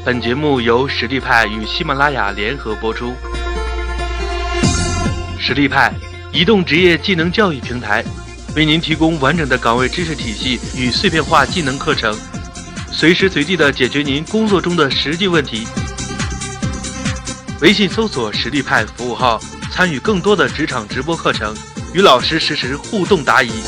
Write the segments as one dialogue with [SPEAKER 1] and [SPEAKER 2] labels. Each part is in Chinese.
[SPEAKER 1] 本节目由实力派与喜马拉雅联合播出。实力派，移动职业技能教育平台，为您提供完整的岗位知识体系与碎片化技能课程，随时随地的解决您工作中的实际问题。微信搜索实力派服务号，参与更多的职场直播课程，与老师实时互动答疑。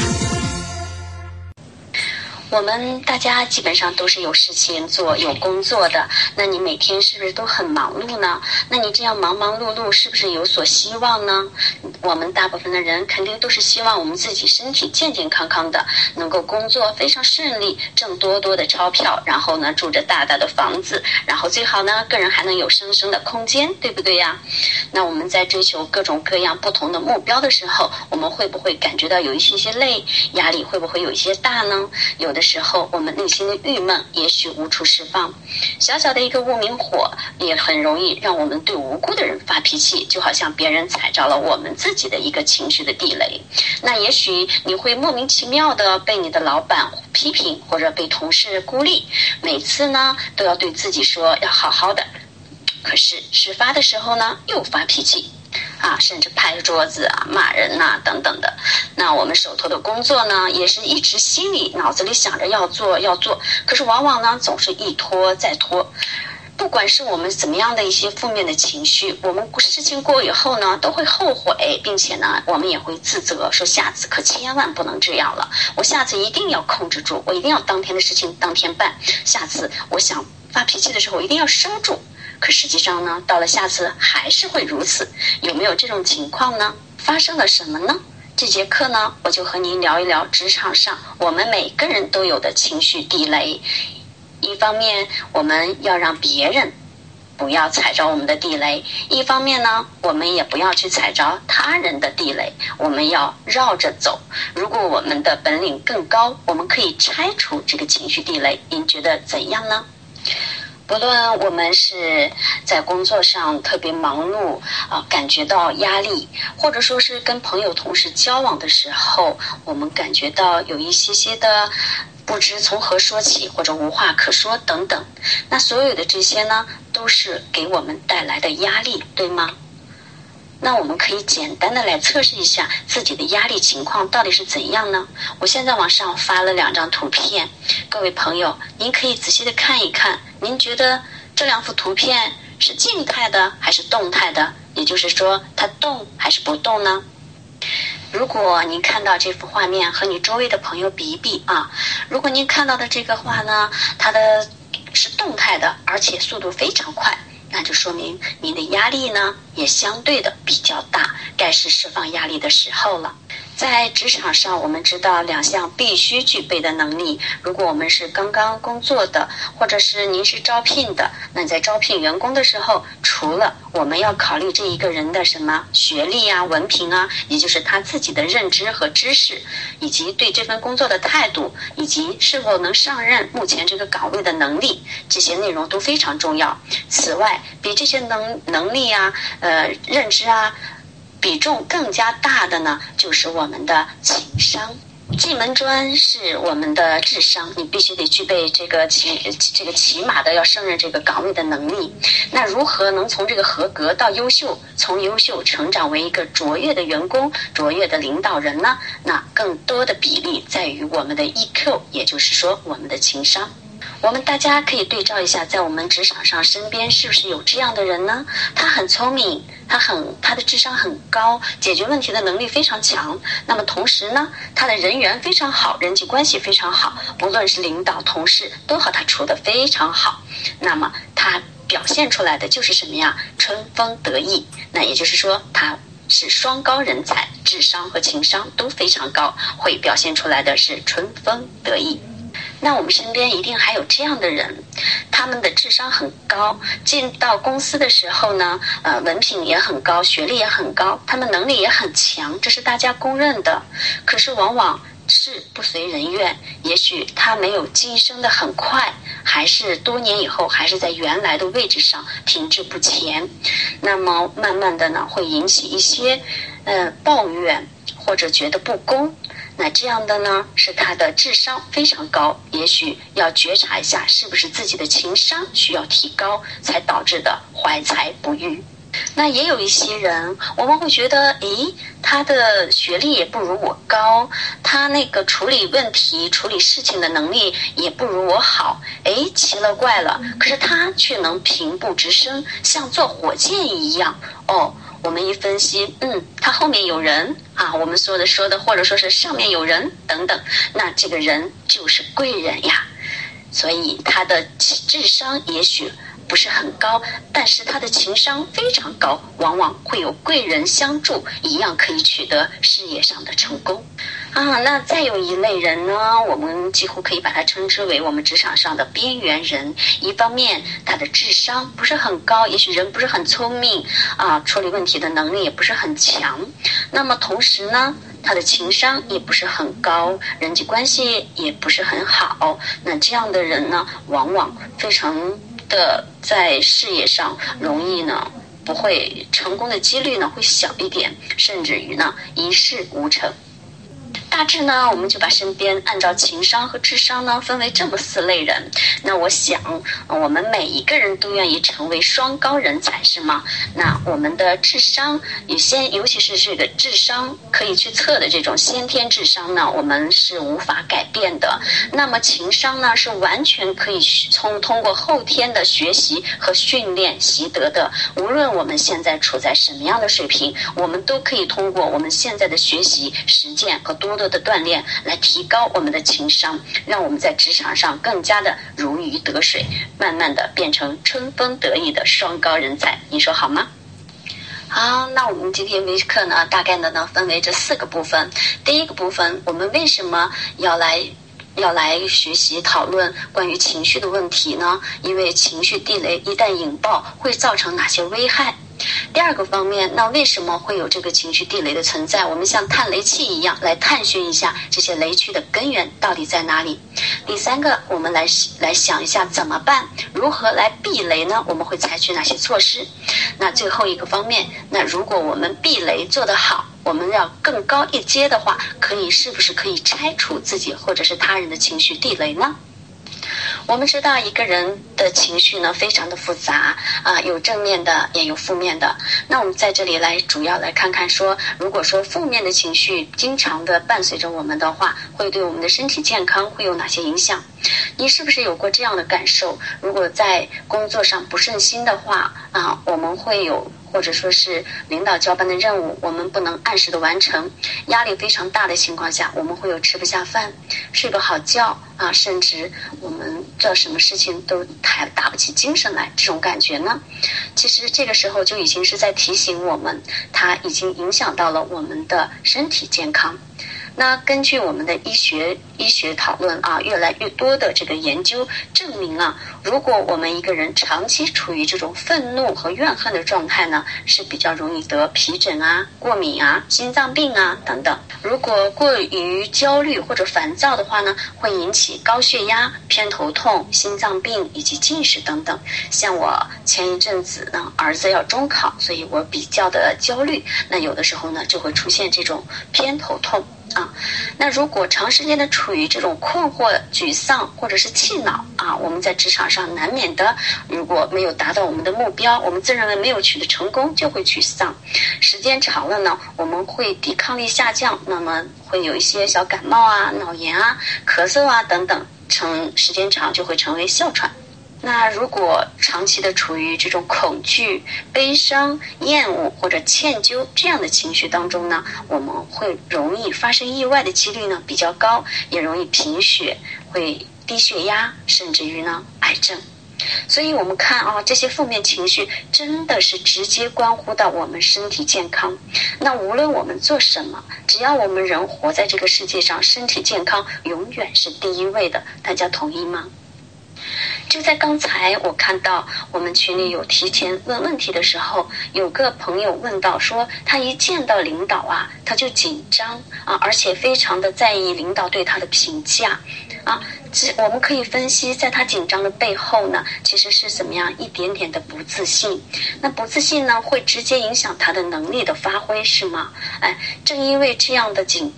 [SPEAKER 2] 我们大家基本上都是有事情做，有工作的，那你每天是不是都很忙碌呢？那你这样忙忙碌碌是不是有所希望呢？我们大部分的人肯定都是希望我们自己身体健健康康的，能够工作非常顺利，挣多多的钞票，然后呢住着大大的房子，然后最好呢个人还能有生生的空间，对不对呀？那我们在追求各种各样不同的目标的时候，我们会不会感觉到有一些累，压力会不会有一些大呢？有的时候我们内心的郁闷也许无处释放，小小的一个无名火也很容易让我们对无辜的人发脾气，就好像别人踩着了我们自己的一个情绪的地雷。那也许你会莫名其妙的被你的老板批评，或者被同事孤立，每次呢都要对自己说要好好的，可是事发的时候呢又发脾气甚至拍桌子骂人等等的。那我们手头的工作呢，也是一直心里脑子里想着要做，可是往往呢总是一拖再拖。不管是我们怎么样的一些负面的情绪，我们事情过以后呢都会后悔，并且呢我们也会自责，说下次可千万不能这样了，我下次一定要控制住，我一定要当天的事情当天办，下次我想发脾气的时候一定要收住。可实际上呢，到了下次还是会如此。有没有这种情况呢？发生了什么呢？这节课呢，我就和您聊一聊职场上我们每个人都有的情绪地雷。一方面，我们要让别人不要踩着我们的地雷；一方面呢，我们也不要去踩着他人的地雷，我们要绕着走。如果我们的本领更高，我们可以拆除这个情绪地雷。您觉得怎样呢？不论我们是在工作上特别忙碌感觉到压力，或者说是跟朋友同事交往的时候，我们感觉到有一些的不知从何说起，或者无话可说等等，那所有的这些呢都是给我们带来的压力，对吗？那我们可以简单的来测试一下自己的压力情况到底是怎样呢？我现在往上发了2张图片，各位朋友您可以仔细的看一看，您觉得这2幅图片是静态的还是动态的？也就是说它动还是不动呢？如果您看到这幅画面，和你周围的朋友比一比如果您看到的这个画呢，它的是动态的，而且速度非常快，那就说明您的压力呢也相对的比较大，该是释放压力的时候了。在职场上，我们知道2项必须具备的能力。如果我们是刚刚工作的，或者是您是招聘的，那在招聘员工的时候，除了我们要考虑这一个人的什么学历文凭也就是他自己的认知和知识，以及对这份工作的态度，以及是否能上任目前这个岗位的能力，这些内容都非常重要。此外，比这些能力认知比重更加大的呢，就是我们的情商。这门专是我们的智商，你必须得具备这个起码的要胜任这个岗位的能力。那如何能从这个合格到优秀，从优秀成长为一个卓越的员工、卓越的领导人呢？那更多的比例在于我们的 EQ， 也就是说我们的情商。我们大家可以对照一下，在我们职场上身边是不是有这样的人呢？他很聪明，他的智商很高，解决问题的能力非常强，那么同时呢，他的人缘非常好，人际关系非常好，不论是领导同事都和他处得非常好，那么他表现出来的就是什么呀？春风得意。那也就是说他是双高人才，智商和情商都非常高，会表现出来的是春风得意。那我们身边一定还有这样的人，他们的智商很高，进到公司的时候呢，文凭也很高，学历也很高，他们能力也很强，这是大家公认的。可是往往是不随人愿，也许他没有晋升的很快，还是多年以后还是在原来的位置上停滞不前，那么慢慢的呢，会引起一些抱怨或者觉得不公。 那这样的呢，是他的智商非常高，也许要觉察一下，是不是自己的情商需要提高，才导致的怀才不遇。那也有一些人，我们会觉得，诶，他的学历也不如我高，他那个处理问题、处理事情的能力也不如我好，诶，奇了怪了，可是他却能平步直升，像坐火箭一样。哦，我们一分析，他后面有人啊，我们说的，或者说是上面有人等等，那这个人就是贵人呀。所以他的智商也许不是很高，但是他的情商非常高，往往会有贵人相助，一样可以取得事业上的成功啊。那再有一类人呢，我们几乎可以把它称之为我们职场上的边缘人。一方面他的智商不是很高，也许人不是很聪明啊，处理问题的能力也不是很强，那么同时呢，他的情商也不是很高，人际关系也不是很好。那这样的人呢，往往非常的在事业上容易呢，不会成功的几率呢会小一点，甚至于呢一事无成。大致呢，我们就把身边按照情商和智商呢分为这么4类人。那我想，我们每一个人都愿意成为双高人才，是吗？那我们的智商尤其是这个智商可以去测的这种先天智商呢，我们是无法改变的。那么情商呢，是完全可以通过后天的学习和训练习得的。无论我们现在处在什么样的水平，我们都可以通过我们现在的学习、实践和多的锻炼来提高我们的情商，让我们在职场上更加的如鱼得水，慢慢的变成春风得意的双高人才，你说好吗？好，那我们今天微课呢，大概呢分为这4个部分。第一个部分，我们为什么要来学习讨论关于情绪的问题呢？因为情绪地雷一旦引爆，会造成哪些危害？第二个方面，那为什么会有这个情绪地雷的存在？我们像探雷器一样来探寻一下这些雷区的根源到底在哪里。第三个，我们来想一下怎么办，如何来避雷呢？我们会采取哪些措施？那最后一个方面，那如果我们避雷做得好，我们要更高一阶的话，是不是可以拆除自己或者是他人的情绪地雷呢？我们知道一个人的情绪呢非常的复杂啊，有正面的也有负面的。那我们在这里主要来看看说，如果说负面的情绪经常的伴随着我们的话，会对我们的身体健康会有哪些影响？你是不是有过这样的感受？如果在工作上不顺心的话啊，我们会有或者说是领导交办的任务我们不能按时的完成，压力非常大的情况下，我们会有吃不下饭、睡不好觉啊，甚至我们做什么事情都打不起精神来，这种感觉呢，其实这个时候就已经是在提醒我们，它已经影响到了我们的身体健康。那根据我们的医学讨论啊，越来越多的这个研究证明啊，如果我们一个人长期处于这种愤怒和怨恨的状态呢，是比较容易得皮疹啊、过敏啊、心脏病啊等等。如果过于焦虑或者烦躁的话呢，会引起高血压、偏头痛、心脏病以及近视等等。像我前一阵子呢，儿子要中考，所以我比较的焦虑，那有的时候呢就会出现这种偏头痛啊。那如果长时间的处于这种困惑、沮丧或者是气恼啊，我们在职场上难免的，如果没有达到我们的目标，我们自认为没有取得成功，就会沮丧。时间长了呢，我们会抵抗力下降，那么会有一些小感冒啊、脑炎啊、咳嗽啊等等，时间长就会成为哮喘。那如果长期的处于这种恐惧、悲伤、厌恶或者歉疚这样的情绪当中呢，我们会容易发生意外的几率呢比较高，也容易贫血，会低血压，甚至于呢癌症。所以我们看啊，这些负面情绪真的是直接关乎到我们身体健康。那无论我们做什么，只要我们人活在这个世界上，身体健康永远是第一位的，大家同意吗？就在刚才我看到我们群里有提前问问题的时候，有个朋友问到说，他一见到领导啊，他就紧张啊，而且非常的在意领导对他的评价啊。我们可以分析，在他紧张的背后呢，其实是怎么样一点点的不自信。那不自信呢，会直接影响他的能力的发挥，是吗？正因为这样的紧张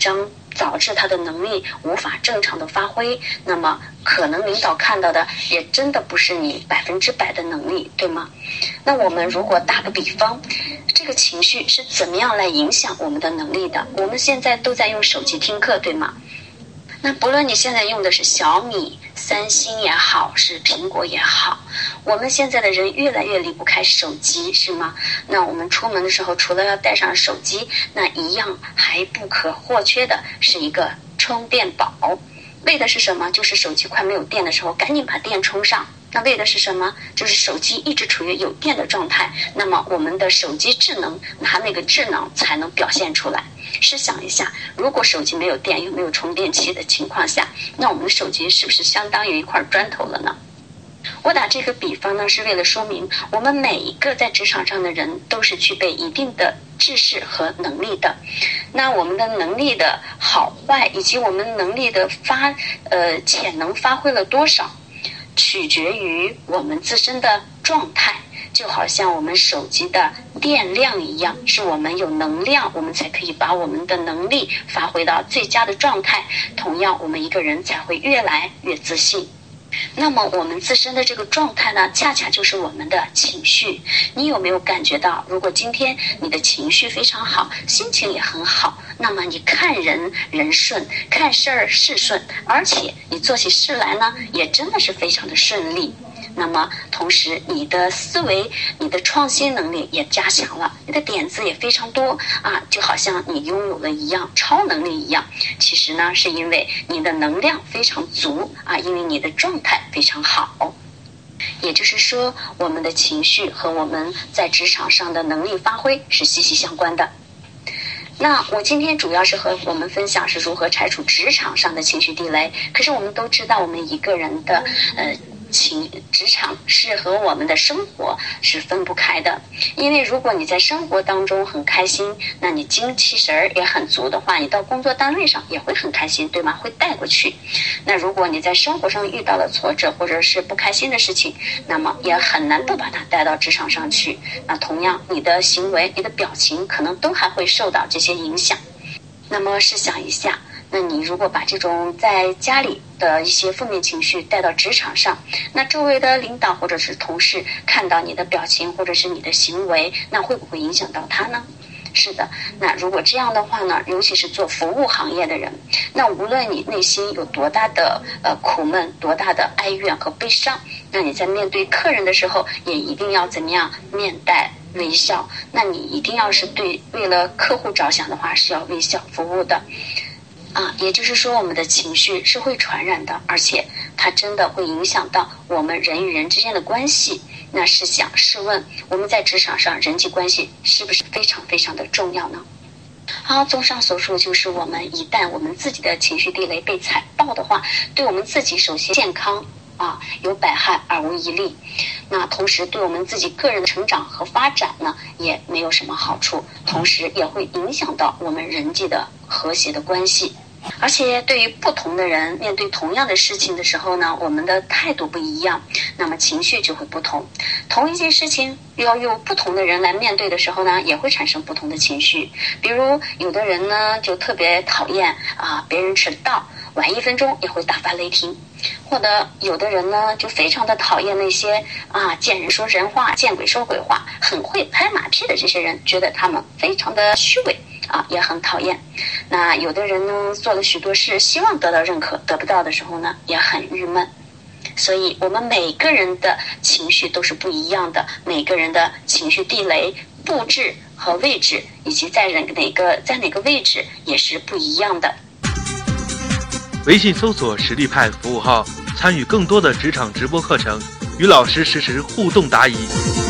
[SPEAKER 2] 导致他的能力无法正常的发挥，那么可能领导看到的也真的不是你100%的能力，对吗？那我们如果打个比方，这个情绪是怎么样来影响我们的能力的？我们现在都在用手机听课，对吗？那不论你现在用的是小米、三星也好，是苹果也好，我们现在的人越来越离不开手机，是吗？那我们出门的时候，除了要带上手机，那一样还不可或缺的是一个充电宝。为的是什么？就是手机快没有电的时候，赶紧把电充上。那为的是什么？就是手机一直处于有电的状态，那么我们的手机智能，它那个智能才能表现出来。试想一下，如果手机没有电又没有充电器的情况下，那我们的手机是不是相当于一块砖头了呢？我打这个比方呢，是为了说明我们每一个在职场上的人都是具备一定的知识和能力的。那我们的能力的好坏，以及我们能力的潜能发挥了多少，取决于我们自身的状态。就好像我们手机的电量一样，是我们有能量，我们才可以把我们的能力发挥到最佳的状态。同样，我们一个人才会越来越自信。那么我们自身的这个状态呢，恰恰就是我们的情绪。你有没有感觉到，如果今天你的情绪非常好，心情也很好，那么你看人人顺，看事儿事顺，而且你做起事来呢，也真的是非常的顺利。那么同时你的思维，你的创新能力也加强了，你的点子也非常多啊，就好像你拥有了一样超能力一样。其实呢，是因为你的能量非常足啊，因为你的状态非常好。也就是说，我们的情绪和我们在职场上的能力发挥是息息相关的。那我今天主要是和我们分享是如何拆除职场上的情绪地雷。可是我们都知道，我们一个人的职场是和我们的生活是分不开的。因为如果你在生活当中很开心，那你精气神儿也很足的话，你到工作单位上也会很开心，对吗？会带过去。那如果你在生活上遇到了挫折或者是不开心的事情，那么也很难不把它带到职场上去。那同样，你的行为、你的表情可能都还会受到这些影响。那么试想一下，那你如果把这种在家里的一些负面情绪带到职场上，那周围的领导或者是同事看到你的表情或者是你的行为，那会不会影响到他呢？是的，那如果这样的话呢，尤其是做服务行业的人，那无论你内心有多大的苦闷，多大的哀怨和悲伤，那你在面对客人的时候，也一定要怎么样面带微笑。那你一定要是为了客户着想的话，是要微笑服务的啊。也就是说，我们的情绪是会传染的，而且它真的会影响到我们人与人之间的关系。那试问，我们在职场上人际关系是不是非常非常的重要呢？好，综上所述，就是一旦我们自己的情绪地雷被踩爆的话，对我们自己首先健康有百害而无一利。那同时对我们自己个人的成长和发展呢，也没有什么好处，同时也会影响到我们人际的和谐的关系。而且对于不同的人，面对同样的事情的时候呢，我们的态度不一样，那么情绪就会不同。同一件事情要用不同的人来面对的时候呢，也会产生不同的情绪。比如有的人呢就特别讨厌别人迟到，晚1分钟也会大发雷霆。或者有的人呢就非常的讨厌那些见人说人话，见鬼说鬼话，很会拍马屁的这些人，觉得他们非常的虚伪也很讨厌。那有的人呢做了许多事，希望得到认可，得不到的时候呢也很郁闷。所以我们每个人的情绪都是不一样的，每个人的情绪地雷布置和位置，以及在哪个位置也是不一样的。
[SPEAKER 1] 微信搜索实力派服务号，参与更多的职场直播课程，与老师实时互动答疑。